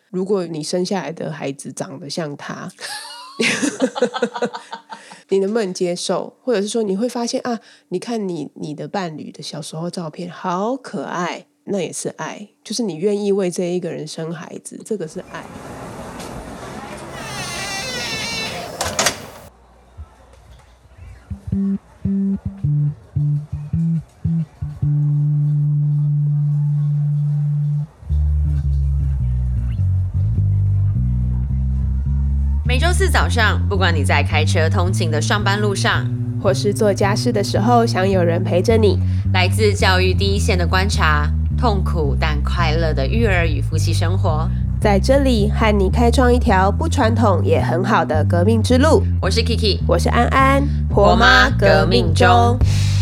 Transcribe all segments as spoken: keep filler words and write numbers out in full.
如果你生下来的孩子长得像他你能不能接受？或者是说你会发现啊，你看你你的伴侣的小时候照片好可爱，那也是爱，就是你愿意为这一个人生孩子，这个是爱。 每周四早上，不管你在开车通勤的上班路上， 或是做家事的时候想有人陪着你， 来自教育第一线的观察，痛苦但快乐的育儿与夫妻生活， 在这里和你开创一条不传统也很好的革命之路。 我是 Kiki， 我是安安， 婆妈革命中。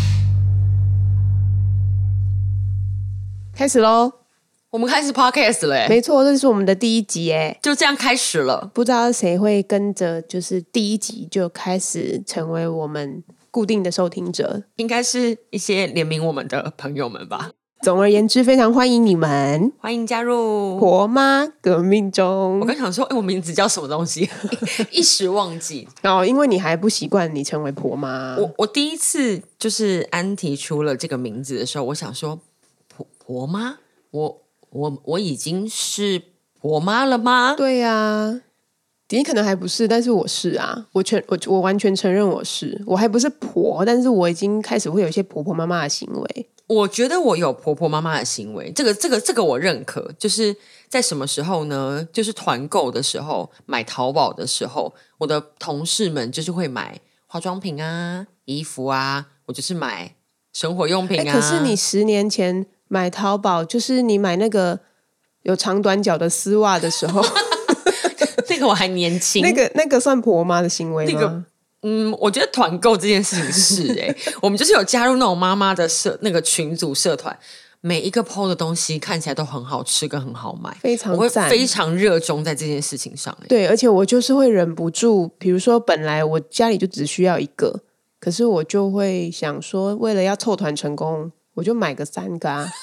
开始咯， 我们开始 podcast 了耶。 没错，这是我们的第一集耶， 就这样开始了。 不知道谁会跟着就是第一集就开始成为我们固定的收听者， 应该是一些怜悯我们的朋友们吧。 总而言之，非常欢迎你们， 欢迎加入婆妈革命中。 我刚想说，哎，我名字叫什么东西？一时忘记哦，因为你还不习惯你成为婆妈。 我我第一次就是安提出了这个名字的时候，我想说，婆婆妈，我我我已经是婆妈了吗？ 对呀、啊，你可能还不是，但是我是啊，我全我我完全承认我是，我还不是婆，但是我已经开始会有一些婆婆妈妈的行为。 我觉得我有婆婆妈妈的行为，这个这个这个我认可。就是在什么时候呢？就是团购的时候，买淘宝的时候，我的同事们就是会买化妆品啊、衣服啊，我就是买生活用品啊。 可是你十年前买淘宝，就是你买那个有长短脚的丝袜的时候， 那个我还年轻， 那个那个算婆妈的行为吗？ 那个嗯，我觉得团购这件事情是哎、欸，我们就是有加入那种妈妈的社那个群组社团，每一个 P O 的东西看起来都很好吃跟很好买， 非常赞， 我会非常热衷在这件事情上、欸。 对，而且我就是会忍不住，比如说本来我家里就只需要一个，可是我就会想说，为了要凑团成功，我就买个三个啊。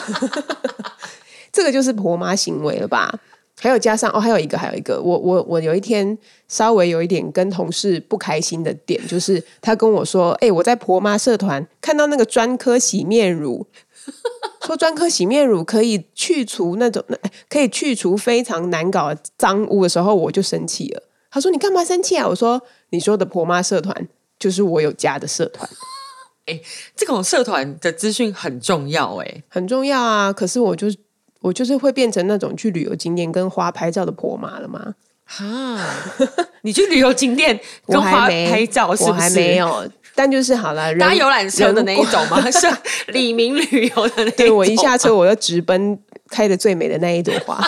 这个就是婆妈行为了吧？还有加上哦，还有一个，还有一个，我我我有一天稍微有一点跟同事不开心的点，就是他跟我说：“哎、欸，我在婆妈社团看到那个专科洗面乳，说专科洗面乳可以去除那种可以去除非常难搞的脏污的时候，我就生气了。他说：‘你干嘛生气啊？’我说：‘你说的婆妈社团就是我有加的社团。’ 哎，这种社团的资讯很重要哎、欸， 很重要啊！可是我就。我就是会变成那种去旅游景点跟花拍照的婆妈了吗？ 哈，你去旅游景点跟花拍照是不是？ 我还没有，但就是好了， 搭游览车的那一种吗？是李明旅游的那一种？ 对，我一下车我就直奔开的最美的那一朵花。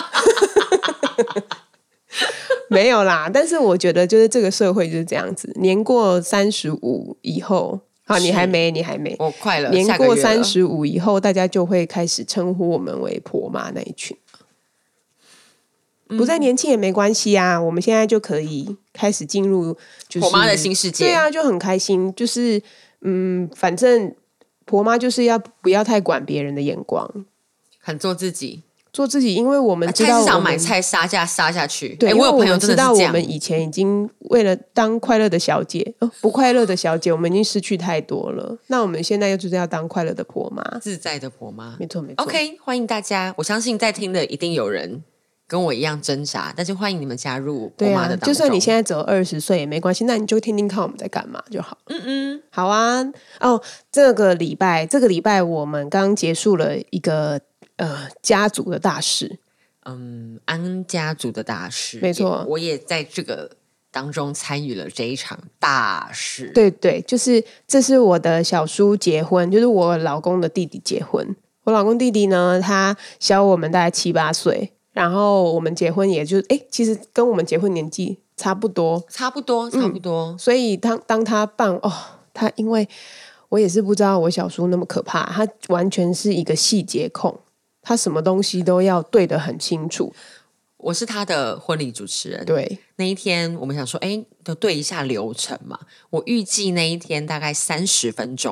没有啦，但是我觉得就是这个社会就是这样子，年过三十五以后。好，你还没，你还没， 我快了。 年过三十五以后，大家就会开始称呼我们为婆妈那一群。嗯、不再年轻也没关系啊，我们现在就可以开始进入就是婆妈的新世界。 对啊，就很开心。就是嗯，反正婆妈就是要不要太管别人的眼光， 很做自己。 做自己，因为我们知道我们菜市场买菜杀价杀下去。 对， 欸、我有朋友真的是这样。 知道我们以前已经为了当快乐的小姐，哦、不快乐的小姐，我们已经失去太多了。那我们现在又就是要当快乐的婆妈， 自在的婆妈。 没错没错。 OK， 欢迎大家。我相信在听的一定有人跟我一样挣扎，但是欢迎你们加入婆妈的当中。 对啊，就算你现在只有二十岁也没关系，那你就听听看我们在干嘛就好。 嗯嗯， 好啊。哦，这个礼拜，这个礼拜我们刚结束了一个呃家族的大事。 嗯，安家族的大事， 没错， 我也在这个当中参与了这一场大事。 对对，就是这是我的小叔结婚，就是我老公的弟弟结婚。我老公弟弟呢，他小我们大概七八岁，然后我们结婚也就哎，其实跟我们结婚年纪差不多， 差不多，差不多。 嗯、所以当当他办哦，他因为我也是不知道我小叔那么可怕，他完全是一个细节控。他什么东西都要对得很清楚。 我是他的婚礼主持人， 对， 那一天我们想说，哎，就对一下流程嘛。我预计那一天大概三十分钟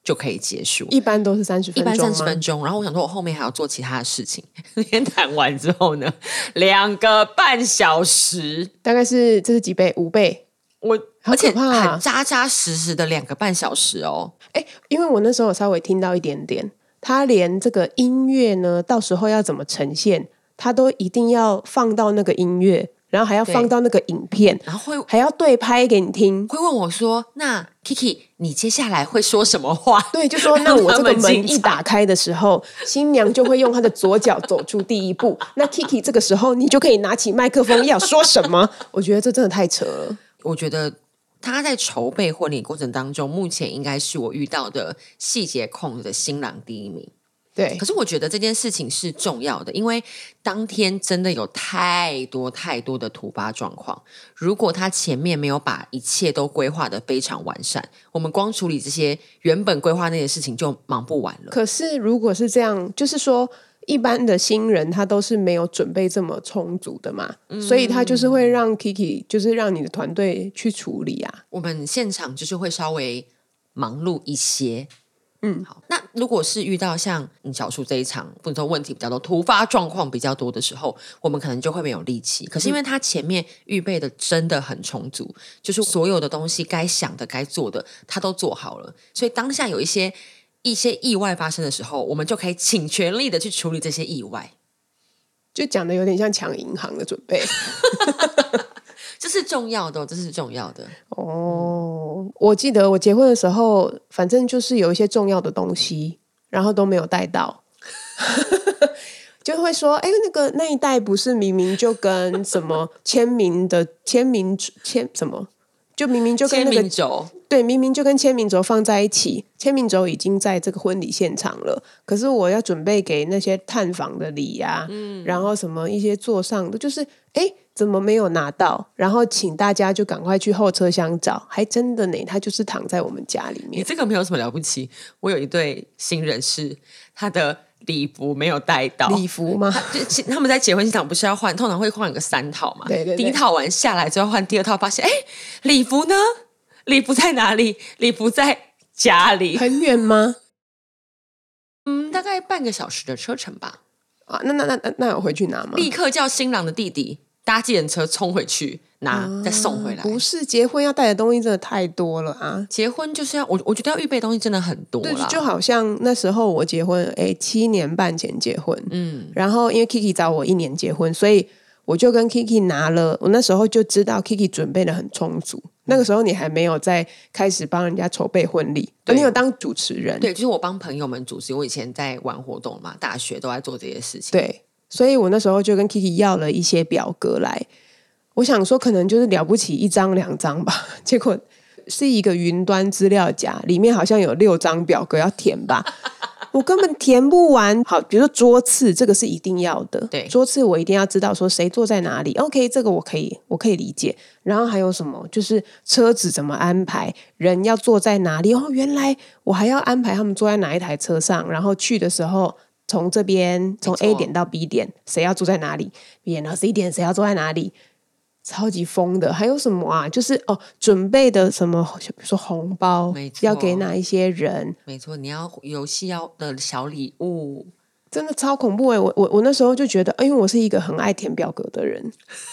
就可以结束， 一般都是三十分钟吗？ 一般三十分钟。然后我想说，我后面还要做其他的事情。那天谈完之后呢，两个半小时， 大概是这是几倍？五倍。 我好可怕啊， 而且很扎扎实实的两个半小时哦。 哎，因为我那时候稍微听到一点点，他连这个音乐呢，到时候要怎么呈现，他都一定要放到那个音乐。然后还要放到那个影片， 然后会还要对拍给你听， 会问我说：“那 Kiki， 你接下来会说什么话？” 对，就说那我这个门一打开的时候，新娘就会用她的左脚走出第一步。那 Kiki 这个时候，你就可以拿起麦克风要说什么？我觉得这真的太扯了。 我觉得他在筹备婚礼过程当中，目前应该是我遇到的细节控的新郎第一名。 对， 可是我觉得这件事情是重要的，因为当天真的有太多太多的突发状况。如果他前面没有把一切都规划的非常完善，我们光处理这些原本规划那些事情就忙不完了。 可是如果是这样，就是说一般的新人他都是没有准备这么充足的嘛，嗯、所以他就是会让 Kiki 就是让你的团队去处理啊。 我们现场就是会稍微忙碌一些。 嗯， 好。那如果是遇到像你小叔这一场，不能说问题比较多、突发状况比较多的时候，我们可能就会没有力气。可是因为他前面预备的真的很充足，就是所有的东西该想的、该做的，他都做好了。所以当下有一些一些意外发生的时候，我们就可以尽全力的去处理这些意外。 就讲的有点像抢银行的准备。 这是重要的，这是重要的哦。我记得我结婚的时候，反正就是有一些重要的东西，然后都没有带到，就会说：“哎，那个那一袋不是明明就跟什么签名的签名签什么，就明明就跟那个签名轴， 对，明明就跟签名轴放在一起，签名轴已经在这个婚礼现场了，可是我要准备给那些探访的礼呀、啊，嗯，然后什么一些座上的，就是哎。”怎么没有拿到？然后请大家就赶快去后车厢找，还真的呢，他就是躺在我们家里面。 你这个没有什么了不起。我有一对新人是他的礼服没有带到， 礼服吗？ 就他们在结婚现场不是要换，通常会换个三套嘛。 对对对， 第一套完下来之后换第二套，发现哎，礼服呢？礼服在哪里？礼服在家里。 很远吗？ 嗯，大概半个小时的车程吧。 啊，那那那那那有回去拿吗？ 立刻叫新郎的弟弟搭计程车冲回去拿、啊，再送回来。 不是，结婚要带的东西真的太多了啊！ 结婚就是要我，我觉得要预备的东西真的很多啦。 对，就好像那时候我结婚，哎，七年半前结婚，嗯，然后因为 Kiki 找我一年结婚，所以我就跟 Kiki 拿了，我那时候就知道 Kiki 准备的很充足。那个时候你还没有在开始帮人家筹备婚礼，你有当主持人？ 对，就是我帮朋友们主持。我以前在玩活动嘛，大学都在做这些事情。 对，所以我那时候就跟 Kiki 要了一些表格来，我想说可能就是了不起一张两张吧，结果是一个云端资料夹，里面好像有六张表格要填吧。我根本填不完。好，比如说桌次，这个是一定要的。 对， 桌次我一定要知道说谁坐在哪里。OK， 这个我可以，我可以理解。然后还有什么？就是车子怎么安排，人要坐在哪里？哦，原来我还要安排他们坐在哪一台车上，然后去的时候从这边从 A 点到 B 点，谁要坐在哪里 ？B 点到 C 点谁要坐在哪里？超级疯的。还有什么啊？就是哦，准备的什么，比如说红包要给哪一些人？ 没错，你要游戏要的小礼物， 真的超恐怖哎！我我我那时候就觉得，因为我是一个很爱填表格的人，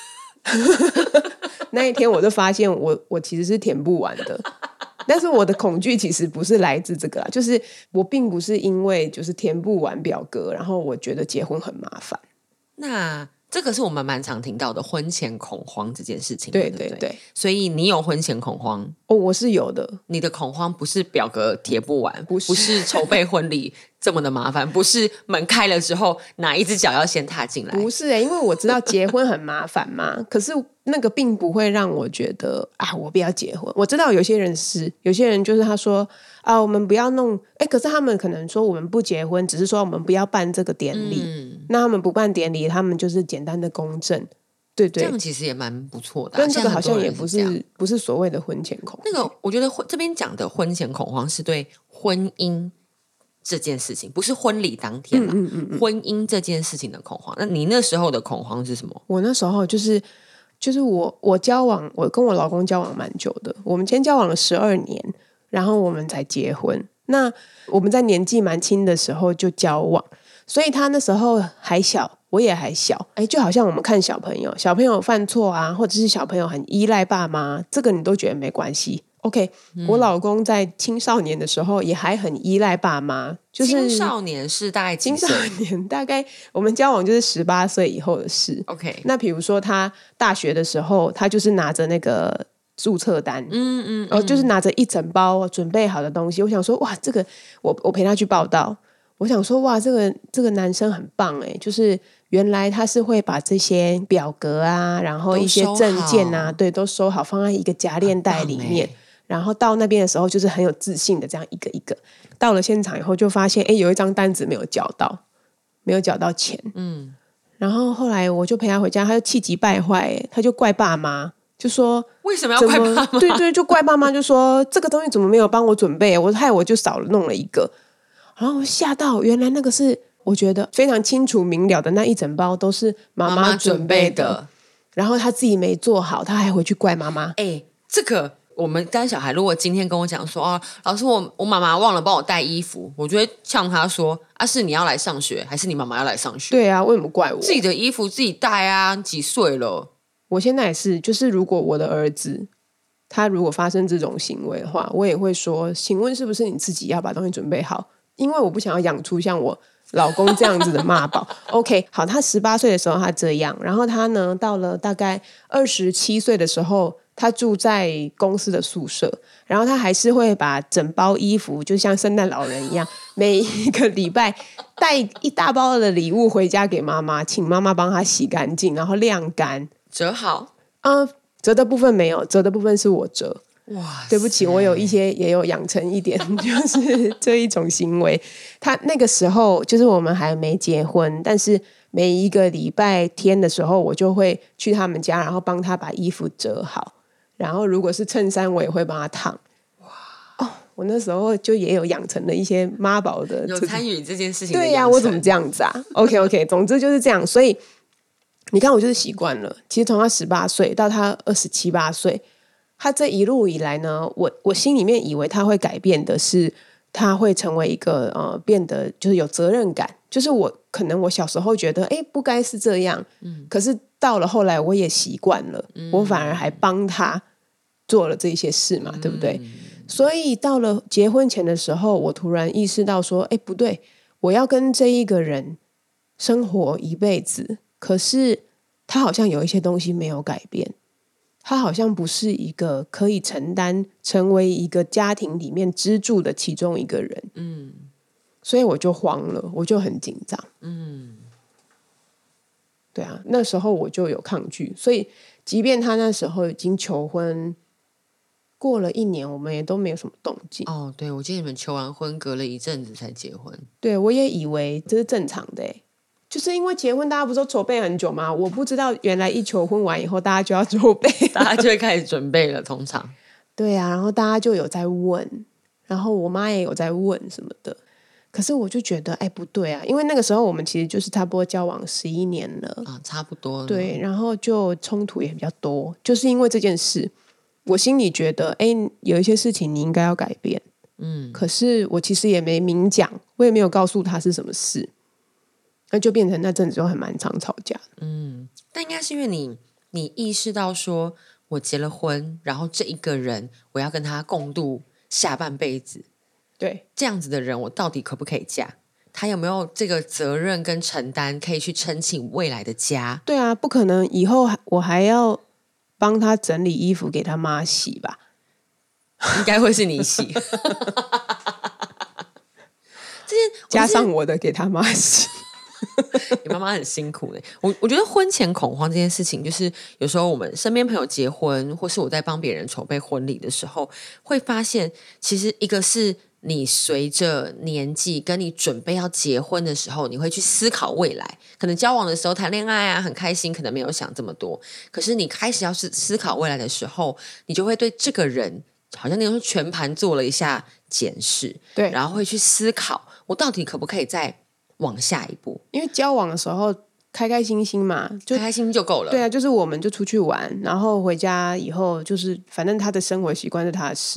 那一天我就发现我我其实是填不完的。但是我的恐惧其实不是来自这个啦，就是我并不是因为就是填不完表格，然后我觉得结婚很麻烦。 那这个是我们蛮常听到的婚前恐慌这件事情， 对对对。 对， 所以你有婚前恐慌？ 哦，我是有的。 你的恐慌不是表格填不完， 不是， 不是筹备婚礼这么的麻烦，不是门开了之后哪一只脚要先踏进来， 不是、欸、因为我知道结婚很麻烦嘛，可是那个并不会让我觉得啊，我不要结婚。我知道有些人是，有些人就是他说啊，我们不要弄，哎，可是他们可能说我们不结婚，只是说我们不要办这个典礼。嗯，那他们不办典礼，他们就是简单的公证，对对， 这样其实也蛮不错的、啊。 但这个好像也不是是不是所谓的婚前恐慌。 那个我觉得这边讲的婚前恐慌是对婚姻这件事情，不是婚礼当天啦，嗯嗯嗯婚姻这件事情的恐慌。那你那时候的恐慌是什么？ 我那时候就是就是我我交往，我跟我老公交往蛮久的，我们先交往了十二年，然后我们才结婚。 那我们在年纪蛮轻的时候就交往，所以他那时候还小，我也还小，哎，就好像我们看小朋友，小朋友犯错啊，或者是小朋友很依赖爸妈，这个你都觉得没关系。OK，、嗯、我老公在青少年的时候也还很依赖爸妈，就是青少年是大概几岁？ 青少年大概我们交往就是十八岁以后的事。 OK， 那比如说他大学的时候，他就是拿着那个注册单，嗯嗯，嗯，然后就是拿着一整包准备好的东西。我想说，哇，这个我我陪他去报到，我想说，哇，这个这个男生很棒哎，就是原来他是会把这些表格啊，然后一些证件啊，对，都收好，放在一个夹链袋里面。然后到那边的时候，就是很有自信的这样一个一个。到了现场以后，就发现哎，有一张单子没有缴到，没有缴到钱。嗯，然后后来我就陪他回家，他就气急败坏，他就怪爸妈，就说为什么要怪爸妈？ 对对，就怪爸妈，就说这个东西怎么没有帮我准备，我害我就少了弄了一个。然后我吓到，原来那个是我觉得非常清楚明了的那一整包都是妈妈准备的，妈妈准备的，然后他自己没做好，他还回去怪妈妈。 哎，这个。我们家小孩如果今天跟我讲说哦，老师我我妈妈忘了帮我带衣服，我就会呛他说啊，是你要来上学还是你妈妈要来上学？ 对啊，为什么怪我？ 自己的衣服自己带啊，几岁了？ 我现在也是，就是如果我的儿子他如果发生这种行为的话，我也会说，请问是不是你自己要把东西准备好？因为我不想要养出像我老公这样子的妈宝。OK， 好，他十八岁的时候他这样，然后他呢到了大概二十七岁的时候。他住在公司的宿舍，然后他还是会把整包衣服就像圣诞老人一样，每一个礼拜带一大包的礼物回家给妈妈，请妈妈帮他洗干净，然后晾干折好。 嗯，折的部分没有，折的部分是我折。哇，对不起，我有一些也有养成一点，就是这一种行为。他那个时候就是我们还没结婚，但是每一个礼拜天的时候，我就会去他们家，然后帮他把衣服折好。然后如果是衬衫我也会帮他烫。哇哦，我那时候就也有养成了一些妈宝的， 有参与这件事情的。 对呀、啊，我怎么这样子啊 OK OK 总之就是这样。所以你看我就是习惯了。其实从他十八岁到他二十七八岁，他这一路以来呢，我我心里面以为他会改变的是他会成为一个呃变得就是有责任感。就是我可能我小时候觉得哎不该是这样、嗯、可是到了后来我也习惯了、嗯、我反而还帮他做了这些事嘛、嗯、对不对？所以到了结婚前的时候，我突然意识到说哎不对，我要跟这一个人生活一辈子，可是他好像有一些东西没有改变，他好像不是一个可以承担成为一个家庭里面支柱的其中一个人。嗯，所以我就慌了，我就很紧张。嗯，对啊，那时候我就有抗拒，所以即便他那时候已经求婚过了一年，我们也都没有什么动静。 哦，对，我记得你们求完婚隔了一阵子才结婚。 对，我也以为这是正常的耶，就是因为结婚大家不是都筹备很久吗？我不知道原来一求婚完以后大家就要筹备， 大家就会开始准备了通常。 对啊，然后大家就有在问，然后我妈也有在问什么的。可是我就觉得哎不对啊，因为那个时候我们其实就是差不多交往十一年了啊，差不多了。 对，然后就冲突也比较多，就是因为这件事我心里觉得哎有一些事情你应该要改变。嗯，可是我其实也没明讲，我也没有告诉他是什么事，那就变成那阵子就很蛮常吵架。 嗯，但应该是因为你你意识到说我结了婚，然后这一个人我要跟他共度下半辈子， 对， 这样子的人我到底可不可以嫁？他有没有这个责任跟承担可以去撑起未来的家？ 对啊，不可能以后我还要帮他整理衣服给他妈洗吧？ 应该会是你洗。这件加上我的给他妈洗。 你妈妈很辛苦的。我我觉得婚前恐慌这件事情，就是有时候我们身边朋友结婚，或是我在帮别人筹备婚礼的时候，会发现其实一个是你随着年纪跟你准备要结婚的时候，你会去思考未来。可能交往的时候谈恋爱啊很开心，可能没有想这么多，可是你开始要是思考未来的时候，你就会对这个人好像那种全盘做了一下检视， 对， 然后会去思考我到底可不可以再往下一步。 因为交往的时候开开心心嘛，就开开心心就够了。 对啊，就是我们就出去玩，然后回家以后就是反正他的生活习惯是他的事，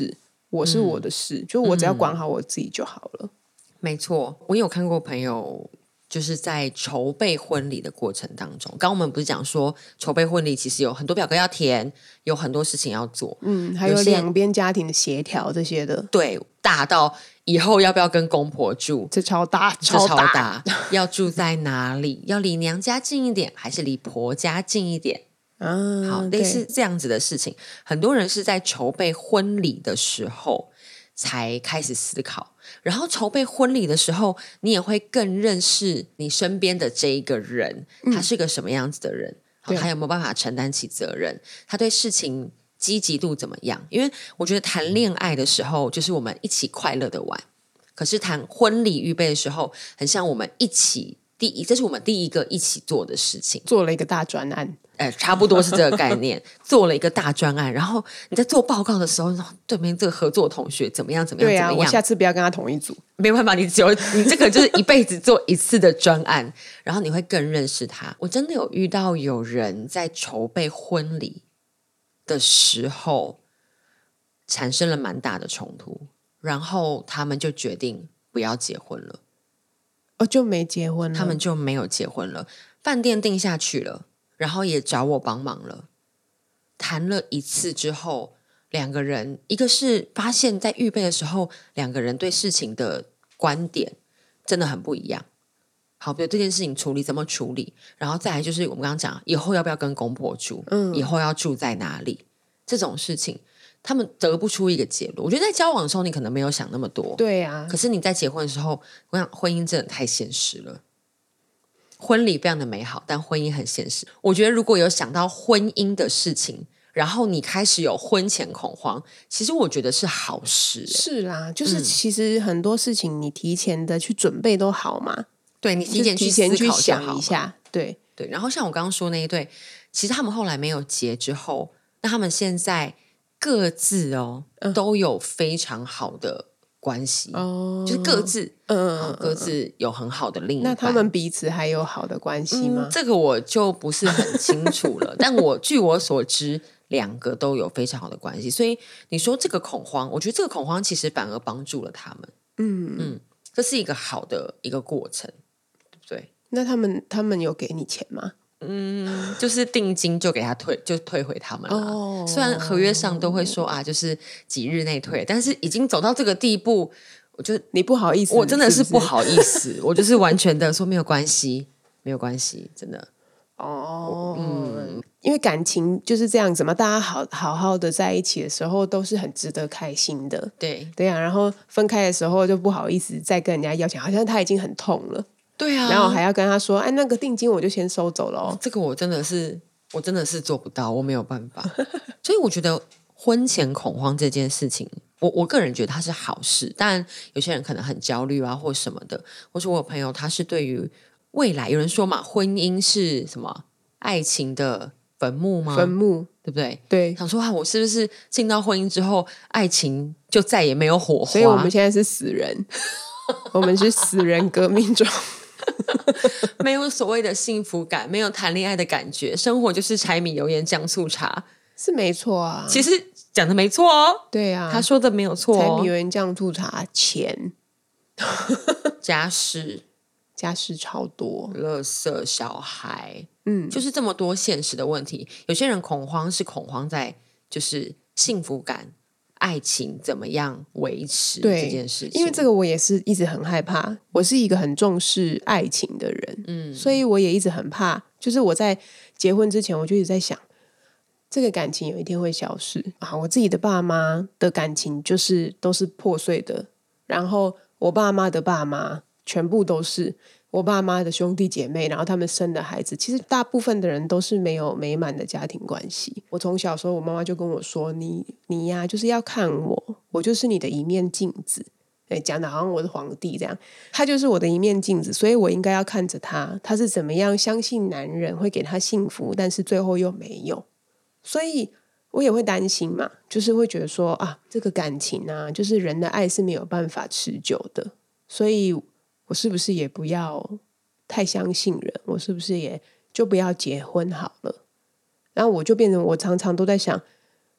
我是我的事，嗯、就我只要管好我自己就好了。 没错，我有看过朋友就是在筹备婚礼的过程当中，刚刚我们不是讲说筹备婚礼其实有很多表格要填，有很多事情要做， 嗯，还有两边家庭的协调这些的。 对，大到以后要不要跟公婆住， 这超大， 超大，超大要住在哪里，要离娘家近一点还是离婆家近一点啊？好，类似这样子的事情，很多人是在筹备婚礼的时候才开始思考，然后筹备婚礼的时候，你也会更认识你身边的这一个人，嗯、他是个什么样子的人，他有没有办法承担起责任，他对事情积极度怎么样？因为我觉得谈恋爱的时候，就是我们一起快乐的玩，可是谈婚礼预备的时候，很像我们一起第一，这是我们第一个一起做的事情， 做了一个大专案。 呃，差不多是这个概念，做了一个大专案，然后你在做报告的时候，对面这个合作同学怎么样怎么样， 对啊， 怎么样， 我下次不要跟他同一组， 没办法，你只有你这个就是一辈子做一次的专案，然后你会更认识他。我真的有遇到有人在筹备婚礼的时候产生了蛮大的冲突，然后他们就决定不要结婚了， 哦，就没结婚了， 他们就没有结婚了，饭店定下去了。然后也找我帮忙了，谈了一次之后，两个人一个是发现在预备的时候，两个人对事情的观点真的很不一样。好，比如这件事情处理怎么处理，然后再来就是我们刚刚讲以后要不要跟公婆住，嗯，以后要住在哪里，这种事情他们得不出一个结论。我觉得在交往的时候你可能没有想那么多， 对啊， 可是你在结婚的时候，我想婚姻真的太现实了。婚礼非常的美好，但婚姻很现实。我觉得如果有想到婚姻的事情，然后你开始有婚前恐慌，其实我觉得是好事。 是啦，就是其实很多事情你提前的去准备都好嘛。 对，你提前去思考去想一下，对对。然后像我刚刚说那一对，其实他们后来没有结之后，那他们现在各自哦、嗯、都有非常好的关系，哦，就是各自嗯各自有很好的另一半。 那他们彼此还有好的关系吗？ 嗯、这个我就不是很清楚了。但我据我所知，两个都有非常好的关系。所以你说这个恐慌，我觉得这个恐慌其实反而帮助了他们。嗯嗯，这是一个好的一个过程，对不对？ 那他们他们有给你钱吗？ 嗯，就是定金就给他退，就退回他们了。哦，虽然合约上都会说啊，就是几日内退，但是已经走到这个地步，我就你不好意思， 我真的是不好意思，是是我就是完全的说没有关系，没有关系，真的。 哦，嗯，因为感情就是这样子嘛，大家好好好的在一起的时候都是很值得开心的， 对对啊，然后分开的时候就不好意思再跟人家要钱，好像他已经很痛了。 对啊， 然后还要跟他说，哎，那个定金我就先收走了、哦。 这个我真的是，我真的是做不到，我没有办法。所以我觉得婚前恐慌这件事情，我我个人觉得它是好事。但有些人可能很焦虑啊，或什么的。或是我有朋友，他是对于未来，有人说嘛，婚姻是什么？爱情的坟墓吗？ 坟墓， 对不对？ 对。 想说啊，我是不是进到婚姻之后，爱情就再也没有火花？ 所以我们现在是死人，我们是死人革命中。 没有所谓的幸福感，没有谈恋爱的感觉，生活就是柴米油盐酱醋茶， 是没错啊。 其实讲的没错哦， 对啊， 他说的没有错哦。 柴米油盐酱醋茶，钱、 家事、 家事超多， 垃圾、小孩，嗯，就是这么多现实的问题。有些人恐慌是恐慌在就是幸福感。爱情怎么样维持这件事情？ 因为这个我也是一直很害怕。我是一个很重视爱情的人，嗯，所以我也一直很怕。就是我在结婚之前，我就一直在想，这个感情有一天会消失啊！我自己的爸妈的感情就是都是破碎的，然后我爸妈的爸妈全部都是。我爸妈的兄弟姐妹，然后他们生的孩子，其实大部分的人都是没有美满的家庭关系。我从小时候，我妈妈就跟我说：“你你呀、啊，就是要看我，我就是你的一面镜子。”哎，讲的好像我是皇帝这样，他就是我的一面镜子，所以我应该要看着他，他是怎么样相信男人会给他幸福，但是最后又没有。所以我也会担心嘛，就是会觉得说啊，这个感情啊，就是人的爱是没有办法持久的，所以。我是不是也不要太相信人？我是不是也就不要结婚好了？然后我就变成我常常都在想，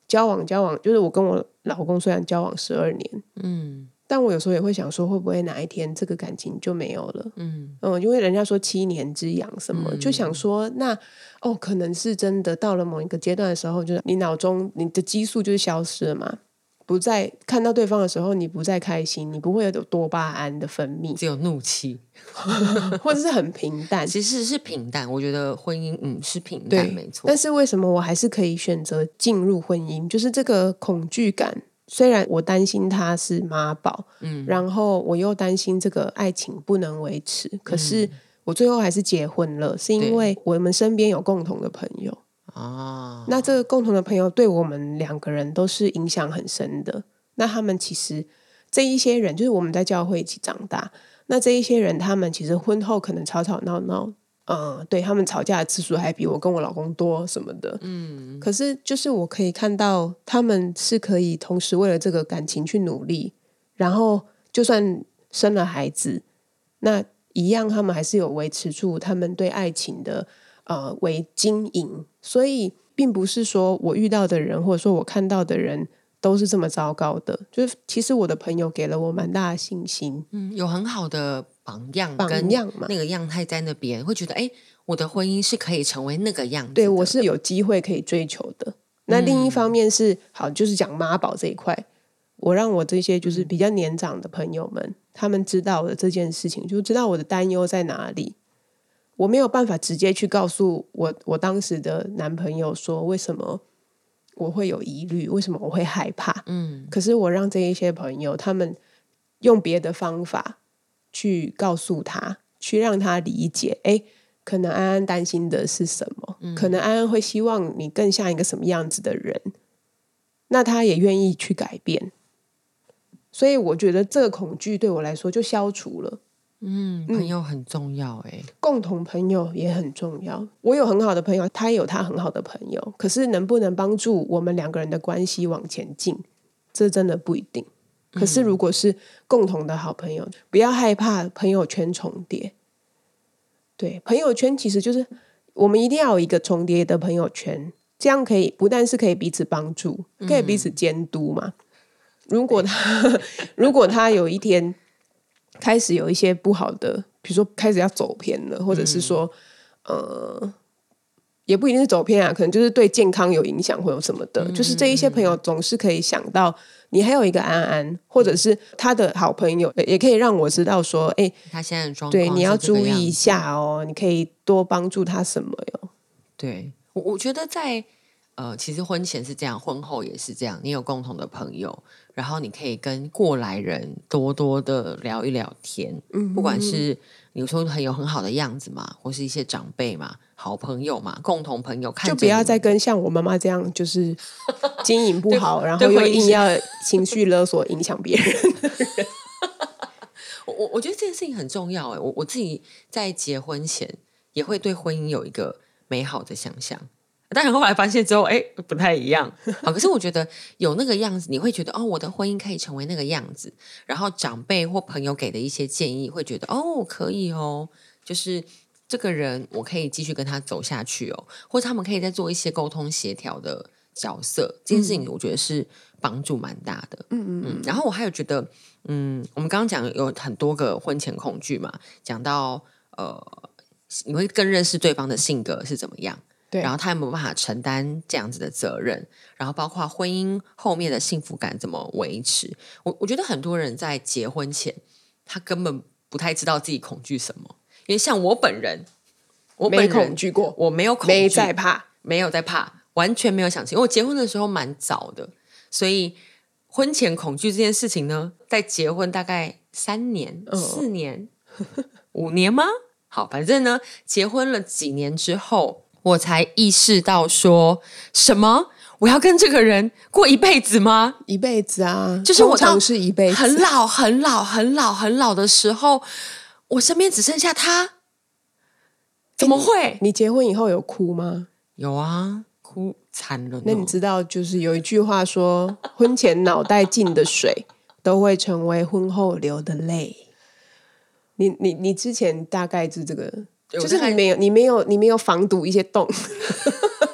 交往交往，就是我跟我老公虽然交往十二年， 嗯但我有时候也会想说，会不会哪一天这个感情就没有了？ 嗯嗯，因为人家说七年之痒什么， 嗯就想说那哦，可能是真的到了某一个阶段的时候，就是你脑中你的激素就是消失了嘛，不再看到对方的时候，你不再开心，你不会有多巴胺的分泌， 只有怒气， 或者是很平淡。 其实是平淡。我觉得婚姻嗯是平淡， 对， 没错。 但是为什么我还是可以选择进入婚姻？就是这个恐惧感。虽然我担心他是妈宝，嗯，然后我又担心这个爱情不能维持，可是我最后还是结婚了，是因为我们身边有共同的朋友啊。那这个共同的朋友对我们两个人都是影响很深的。那他们其实这一些人，就是我们在教会一起长大，那这一些人他们其实婚后可能吵吵闹闹。嗯，对，他们吵架的次数还比我跟我老公多什么的，嗯，可是就是我可以看到他们是可以同时为了这个感情去努力，然后就算生了孩子，那一样他们还是有维持住他们对爱情的呃为经营，所以并不是说我遇到的人或者说我看到的人都是这么糟糕的，就是其实我的朋友给了我蛮大的信心， 嗯，有很好的榜样， 榜样嘛， 那个样态在那边，会觉得哎，我的婚姻是可以成为那个样子的， 对，我是有机会可以追求的。那另一方面是、嗯、好，就是讲妈宝这一块，我让我这些就是比较年长的朋友们，他们知道了这件事情，就知道我的担忧在哪里。我没有办法直接去告诉我我当时的男朋友说为什么我会有疑虑，为什么我会害怕，嗯，可是我让这一些朋友他们用别的方法去告诉他，去让他理解，哎，可能安安担心的是什么、嗯、可能安安会希望你更像一个什么样子的人，那他也愿意去改变，所以我觉得这个恐惧对我来说就消除了。 嗯，朋友很重要哎、欸， 共同朋友也很重要。我有很好的朋友，他也有他很好的朋友，可是能不能帮助我们两个人的关系往前进，这真的不一定。可是如果是共同的好朋友，嗯、不要害怕朋友圈重叠。对，朋友圈其实就是我们一定要有一个重叠的朋友圈，这样可以不但是可以彼此帮助，可以彼此监督嘛。嗯、如果他如果他有一天开始有一些不好的，比如说开始要走偏了，或者是说、嗯、呃，也不一定是走偏啊，可能就是对健康有影响或有什么的、嗯、就是这一些朋友总是可以想到你还有一个安安，或者是他的好朋友也可以让我知道说哎， 他现在的状况对，你要注意一下哦，你可以多帮助他什么哟。 对，我我觉得在呃，其实婚前是这样，婚后也是这样，你有共同的朋友，然后你可以跟过来人多多的聊一聊天，嗯，不管是你说很有很好的样子嘛，或是一些长辈嘛，好朋友嘛，共同朋友，看就不要再跟像我妈妈这样，就是经营不好，然后又硬要情绪勒索影响别人的人。 我我觉得这件事情很重要哎，我我自己在结婚前也会对婚姻有一个美好的想象。但是后来发现之后，哎，不太一样。好，可是我觉得有那个样子，你会觉得哦，我的婚姻可以成为那个样子。然后长辈或朋友给的一些建议，会觉得哦，可以哦，就是这个人我可以继续跟他走下去哦，或者他们可以再做一些沟通协调的角色。这件事情我觉得是帮助蛮大的。嗯嗯嗯。然后我还有觉得，嗯，我们刚刚讲有很多个婚前恐惧嘛，讲到呃，你会更认识对方的性格是怎么样。然后他有没有办法承担这样子的责任，然后包括婚姻后面的幸福感怎么维持。我我觉得很多人在结婚前他根本不太知道自己恐惧什么，因为像我本人我本人没恐惧过， 我没有恐惧， 没在怕， 没有在怕，完全没有想起。因为我结婚的时候蛮早的，所以婚前恐惧这件事情呢，在结婚大概三年、哦、四年五年吗？好，反正呢结婚了几年之后，我才意识到说什么我要跟这个人过一辈子吗？ 一辈子啊， 就是我到是一辈子， 很老很老很老很老的时候，我身边只剩下他，怎么会？ 你, 你结婚以后有哭吗？ 有啊，哭惨了。 那你知道就是有一句话说，婚前脑袋进的水都会成为婚后流的泪。你你你之前大概是这个，就是你没有你没有你没有防堵一些洞。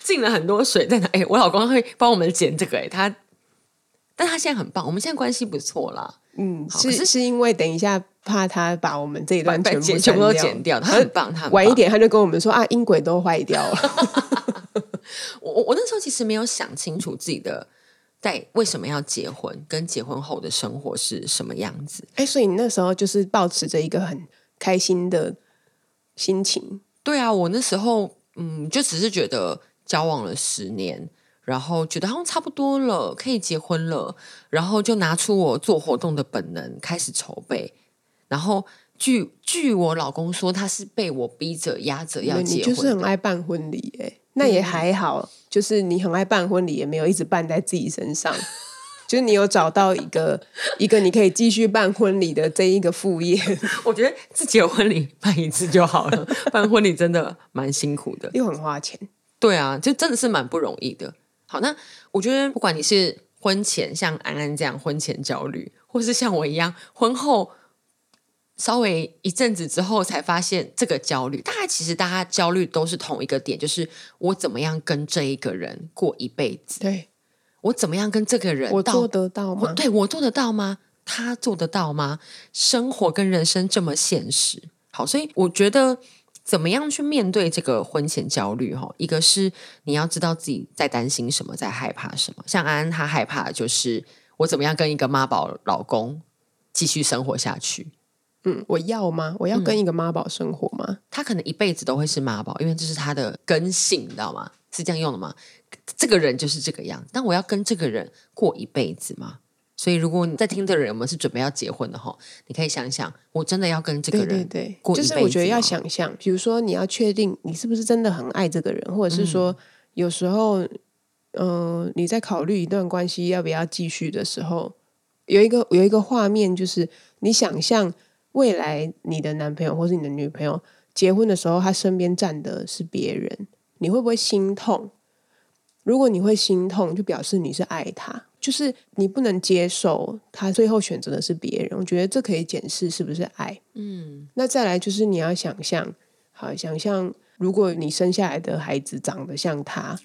进了很多水在哪？哎，我老公会帮我们捡这个，哎，他，但他现在很棒，我们现在关系不错啦。 嗯， 是是是因为等一下怕他把我们这一段全部全部都剪掉，他很棒，他很棒。 晚一点他就跟我们说啊，音轨都坏掉了。 我我那时候其实没有想清楚自己的在为什么要结婚，跟结婚后的生活是什么样子。 哎，所以你那时候就是抱持着一个很开心的心情。 对啊，我那时候嗯，就只是觉得交往了十年。然后觉得好像差不多了，可以结婚了，然后就拿出我做活动的本能开始筹备。然后据据我老公说，他是被我逼着压着要结婚。 你就是很爱办婚礼哎、欸，那也还好、嗯，就是你很爱办婚礼，也没有一直办在自己身上，就是你有找到一个一个你可以继续办婚礼的这一个副业。 我觉得自己有婚礼办一次就好了，办婚礼真的蛮辛苦的， 又很花钱。 对啊，就真的是蛮不容易的。好，那我觉得不管你是婚前像安安这样婚前焦虑，或是像我一样婚后稍微一阵子之后才发现这个焦虑，大概其实大家焦虑都是同一个点，就是我怎么样跟这一个人过一辈子。 对， 我怎么样跟这个人我做得到吗？ 我对我做得到吗？他做得到吗？生活跟人生这么现实。好，所以我觉得怎么样去面对这个婚前焦虑？一个是你要知道自己在担心什么，在害怕什么。像安安她害怕的就是我怎么样跟一个妈宝老公继续生活下去。 嗯，我要吗？我要跟一个妈宝生活吗？ 嗯、他可能一辈子都会是妈宝，因为这是他的根性，你知道吗？是这样用的吗？这个人就是这个样，但我要跟这个人过一辈子吗？所以如果你在听的人，我们是准备要结婚的齁，你可以想想，我真的要跟这个人过一辈子吗？ 就是我觉得要想象，比如说你要确定你是不是真的很爱这个人，或者是说、嗯、有时候嗯、呃，你在考虑一段关系要不要继续的时候，有一个有一个画面，就是你想象未来你的男朋友或是你的女朋友结婚的时候，他身边站的是别人，你会不会心痛？如果你会心痛，就表示你是爱他，就是你不能接受他最后选择的是别人。我觉得这可以检视是不是爱。嗯，那再来就是你要想象，好，想象如果你生下来的孩子长得像他，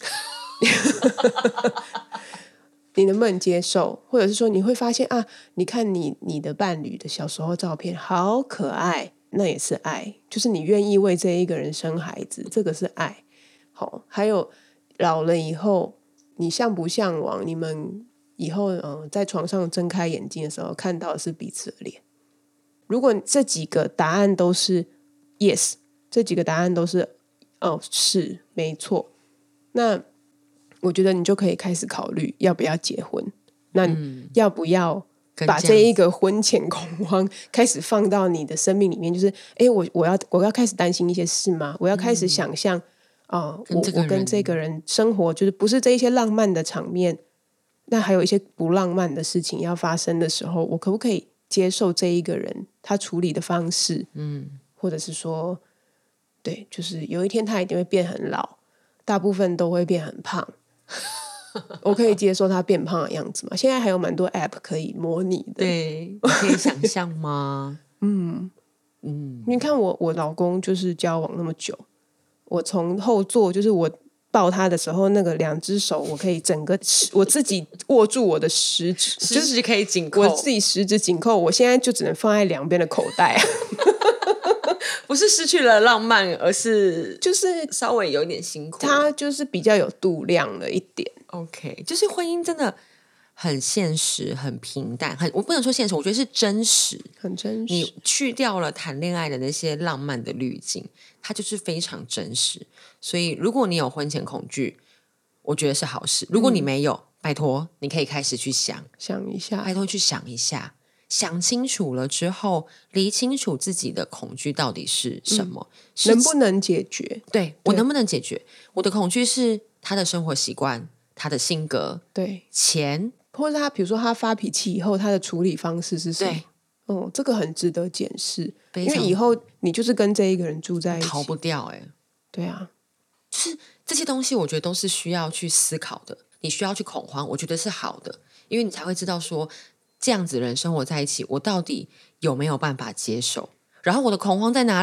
你能不能接受？或者是说你会发现啊，你看你你的伴侣的小时候照片好可爱，那也是爱，就是你愿意为这一个人生孩子，这个是爱。好，还有老了以后，你向不向往你们以后、呃、在床上睁开眼睛的时候看到的是彼此的脸？如果这几个答案都是 yes， 这几个答案都是哦是没错，那我觉得你就可以开始考虑要不要结婚。那要不要把这一个婚前恐慌开始放到你的生命里面？就是哎，我我要我要开始担心一些事吗？我要开始想象、嗯哦、我, 我跟这个人生活就是不是这一些浪漫的场面，那还有一些不浪漫的事情要发生的时候，我可不可以接受这一个人他处理的方式？嗯，或者是说对，就是有一天他一定会变很老，大部分都会变很胖，我可以接受他变胖的样子吗？现在还有蛮多 app 可以模拟的， 对，你可以想象吗？ 嗯嗯，你看我我老公就是交往那么久，我从后座就是我抱他的时候，那个两只手我可以整个我自己握住我的食指， 食指可以紧扣， 我自己食指紧扣，我现在就只能放在两边的口袋。 不是失去了浪漫，而是就是稍微有点辛苦， 他就是比较有度量了一点。 OK， 就是婚姻真的很现实，很平淡，很我不能说现实，我觉得是真实， 很真实。 你去掉了谈恋爱的那些浪漫的滤镜，它就是非常真实。所以如果你有婚前恐惧，我觉得是好事。如果你没有、嗯、拜托你可以开始去想想一下， 拜托去想一下，想清楚了之后，理清楚自己的恐惧到底是什么、 嗯、能不能解决？ 对，我能不能解决？我的恐惧是他的生活习惯，他的性格， 对， 钱， 或者他比如说他发脾气以后他的处理方式是什么？ 对， 哦，这个很值得检视，因为以后你就是跟这一个人住在一起， 逃不掉。哎、欸， 对啊， 就是这些东西，我觉得都是需要去思考的。你需要去恐慌，我觉得是好的，因为你才会知道说，这样子的人生活在一起，我到底有没有办法接受？然后我的恐慌在哪里？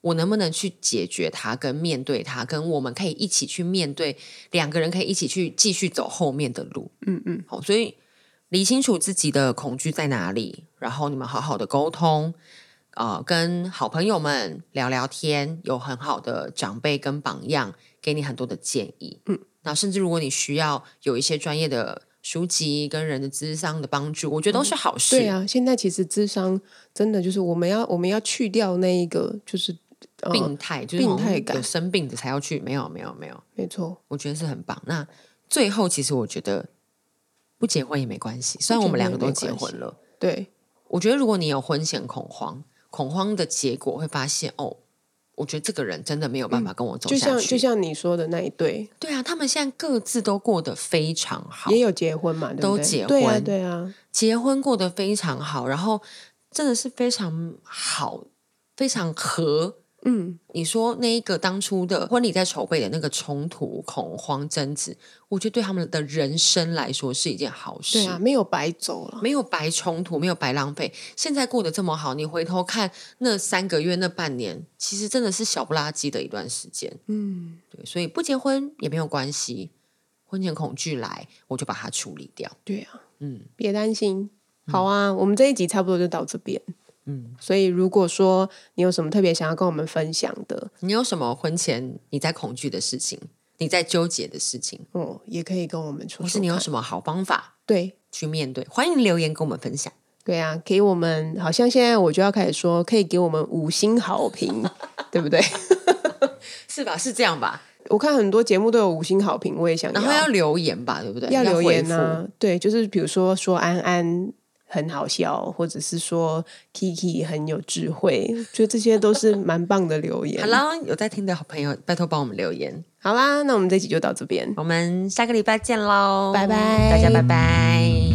我能不能去解决它，跟面对它，跟我们可以一起去面对，两个人可以一起去继续走后面的路。 嗯嗯， 好，所以理清楚自己的恐惧在哪里，然后你们好好的沟通，呃，跟好朋友们聊聊天，有很好的长辈跟榜样，给你很多的建议。嗯，那甚至如果你需要有一些专业的书籍跟人的咨商的帮助，我觉得都是好事。 嗯、对啊，现在其实咨商真的就是我们要我们要去掉那一个就是。 病态就是病态感， 有生病的才要去，没有没有没有， 没错， 我觉得是很棒。那最后其实我觉得不结婚也没关系，虽然我们两个都结婚了， 对， 我觉得如果你有婚前恐慌，恐慌的结果会发现哦，我觉得这个人真的没有办法跟我走下去。 嗯、就像就像你说的那一对， 对啊，他们现在各自都过得非常好， 也有结婚嘛，对不对？ 都结婚， 对啊，对啊， 结婚过得非常好，然后真的是非常好，非常合。嗯，你说那一个当初的婚礼在筹备的那个冲突、恐慌、争执，我觉得对他们的人生来说是一件好事。 对啊，没有白走了， 没有白冲突，没有白浪费。现在过得这么好，你回头看那三个月、那半年，其实真的是小不拉几的一段时间。嗯，对，所以不结婚也没有关系，婚前恐惧来，我就把它处理掉。 对啊，嗯，别担心。好啊，嗯、我们这一集差不多就到这边。嗯，所以如果说你有什么特别想要跟我们分享的， 你有什么婚前你在恐惧的事情，你在纠结的事情， 哦，也可以跟我们说说看， 或是你有什么好方法， 对， 去面对，欢迎留言跟我们分享。 对啊，给我们，好像现在我就要开始说，可以给我们五星好评，对不对？ 是吧？是这样吧？ 我看很多节目都有五星好评，我也想要， 然后要留言吧，对不对？ 要留言啊，对，就是比如说说安安很好笑，或者是说 Kiki 很有智慧，觉得这些都是蛮棒的留言。 好啦，有在听的好朋友，拜托帮我们留言。 好啦，那我们这集就到这边， 我们下个礼拜见喽， 拜拜， 大家拜拜。